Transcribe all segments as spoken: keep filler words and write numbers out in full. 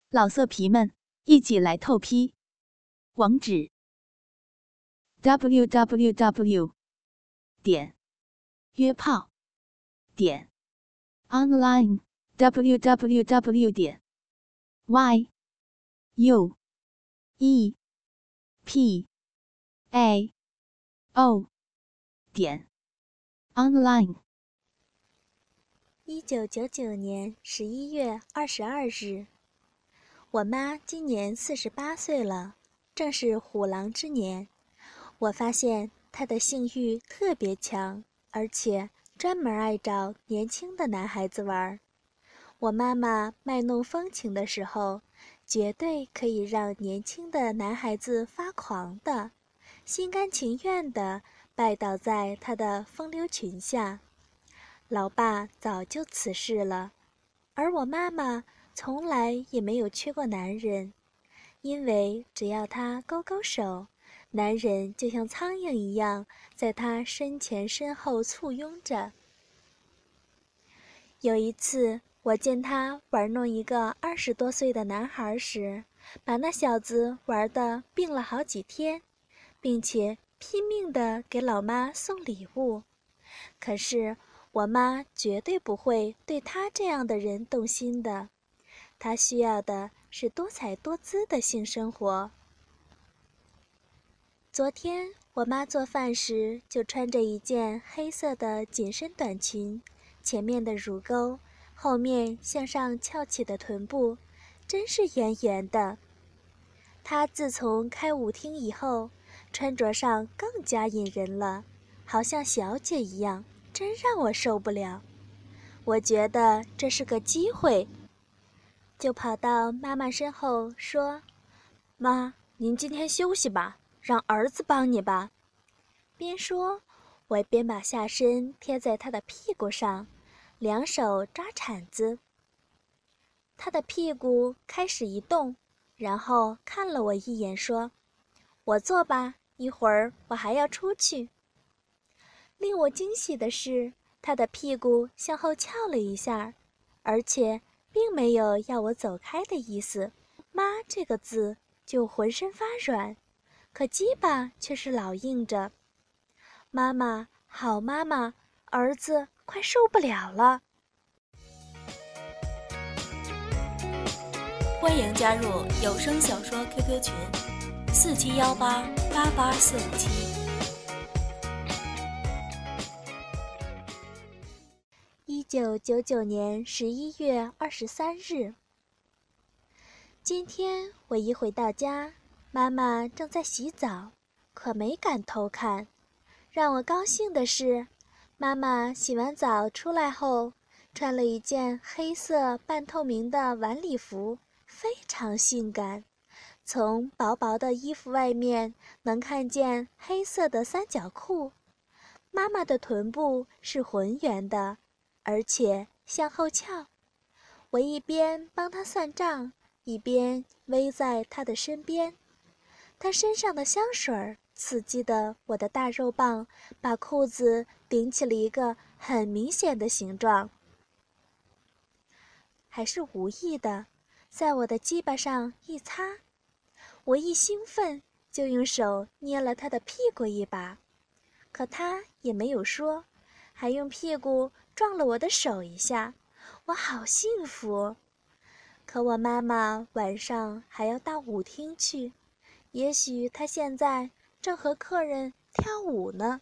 老色皮们，一起来透批！网址 ：double u double u double u 点约炮点 online w w w 点 y u e p a o 点 online。 一九九九年十一月二十二日，我妈今年四十八岁了，正是虎狼之年。我发现她的性欲特别强，而且专门爱找年轻的男孩子玩。我妈妈卖弄风情的时候，绝对可以让年轻的男孩子发狂的，心甘情愿地拜倒在她的风流裙下。老爸早就辞世了，而我妈妈从来也没有缺过男人，因为只要她勾勾手，男人就像苍蝇一样在她身前身后簇拥着。有一次，我见她玩弄一个二十多岁的男孩时，把那小子玩得病了好几天，并且拼命地给老妈送礼物。可是我妈绝对不会对他这样的人动心的，她需要的是多彩多姿的性生活。昨天我妈做饭时就穿着一件黑色的紧身短裙，前面的乳沟，后面向上翘起的臀部，真是圆圆的。她自从开舞厅以后，穿着上更加引人了，好像小姐一样，真让我受不了。我觉得这是个机会，就跑到妈妈身后说：“妈，您今天休息吧，让儿子帮你吧。”边说，我边把下身贴在他的屁股上，两手抓铲子。他的屁股开始一动，然后看了我一眼说：“我坐吧，一会儿我还要出去。”令我惊喜的是，他的屁股向后翘了一下，而且并没有要我走开的意思。妈这个字就浑身发软，可鸡巴却是老硬着。妈妈，好妈妈，儿子快受不了了。 欢迎加入有声小说 Q Q 群：四七幺八八八四五七。 一九九九年十一月二十三日，今天我一回到家，妈妈正在洗澡，可没敢偷看。让我高兴的是，妈妈洗完澡出来后，穿了一件黑色半透明的晚礼服，非常性感。从薄薄的衣服外面能看见黑色的三角裤。妈妈的臀部是浑圆的，而且向后翘。我一边帮她算账，一边偎在她的身边。她身上的香水刺激的我的大肉棒把裤子顶起了一个很明显的形状。还是无意的，在我的鸡巴上一擦。我一兴奋，就用手捏了她的屁股一把，可她也没有说，还用屁股撞了我的手一下。我好幸福。可我妈妈晚上还要到舞厅去，也许她现在正和客人跳舞呢。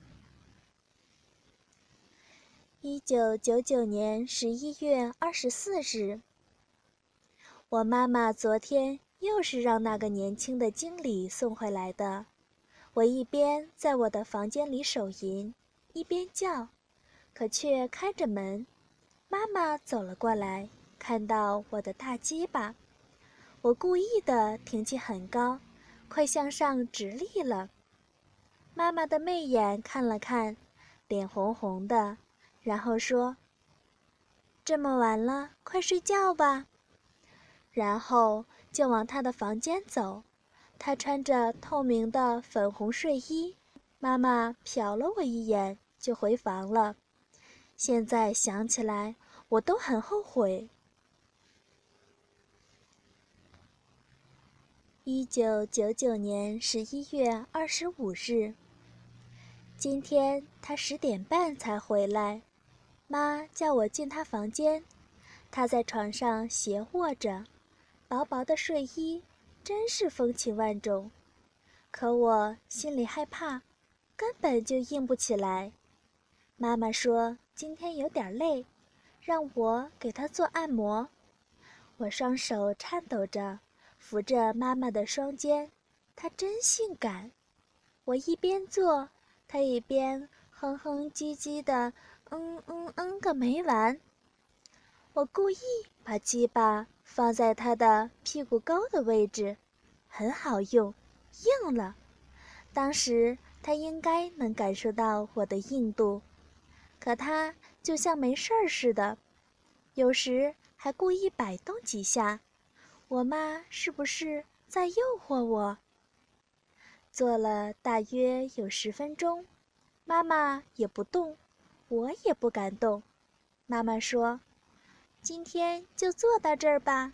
一九九九年十一月二十四日，我妈妈昨天又是让那个年轻的经理送回来的。我一边在我的房间里手淫，一边叫，可却开着门。妈妈走了过来，看到我的大鸡巴，我故意的挺起很高，快向上直立了。妈妈的媚眼看了看，脸红红的，然后说：“这么晚了，快睡觉吧。”然后就往她的房间走。她穿着透明的粉红睡衣，妈妈瞟了我一眼就回房了。现在想起来，我都很后悔。 一九九九年十一月二十五日。今天他十点半才回来，妈叫我进他房间，他在床上斜卧着，薄薄的睡衣，真是风情万种。可我心里害怕，根本就硬不起来。妈妈说今天有点累，让我给他做按摩。我双手颤抖着扶着妈妈的双肩，她真性感。我一边做，她一边哼哼唧唧的嗯嗯嗯个没完。我故意把鸡巴放在她的屁股沟的位置，很好用，硬了。当时她应该能感受到我的硬度，可她就像没事儿似的，有时还故意摆动几下。我妈是不是在诱惑我？做了大约有十分钟，妈妈也不动，我也不敢动。妈妈说：“今天就做到这儿吧。”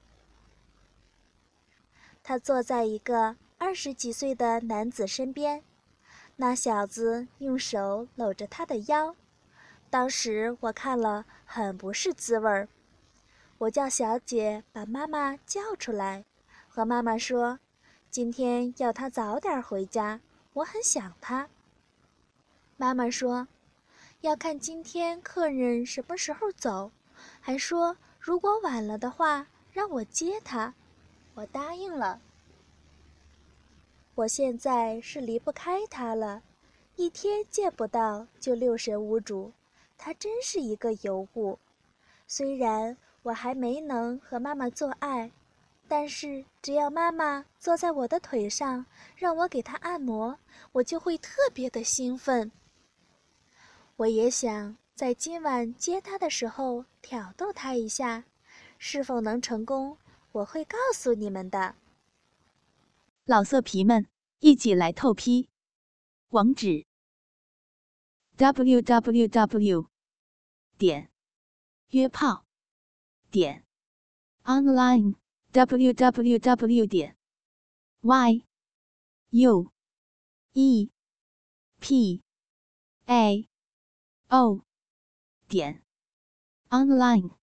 她坐在一个二十几岁的男子身边，那小子用手搂着她的腰。当时我看了很不是滋味儿。我叫小姐把妈妈叫出来，和妈妈说，今天要她早点回家，我很想她。妈妈说，要看今天客人什么时候走，还说如果晚了的话，让我接她。我答应了。我现在是离不开她了，一天见不到就六神无主，她真是一个尤物。虽然我还没能和妈妈做爱，但是只要妈妈坐在我的腿上，让我给她按摩，我就会特别的兴奋。我也想在今晚接她的时候挑逗她一下，是否能成功，我会告诉你们的。 老色皮们，一起来透批！网址 ：double-u double-u double-u 点约炮点 online double-u double-u double-u 点 y u e p a o 点 online。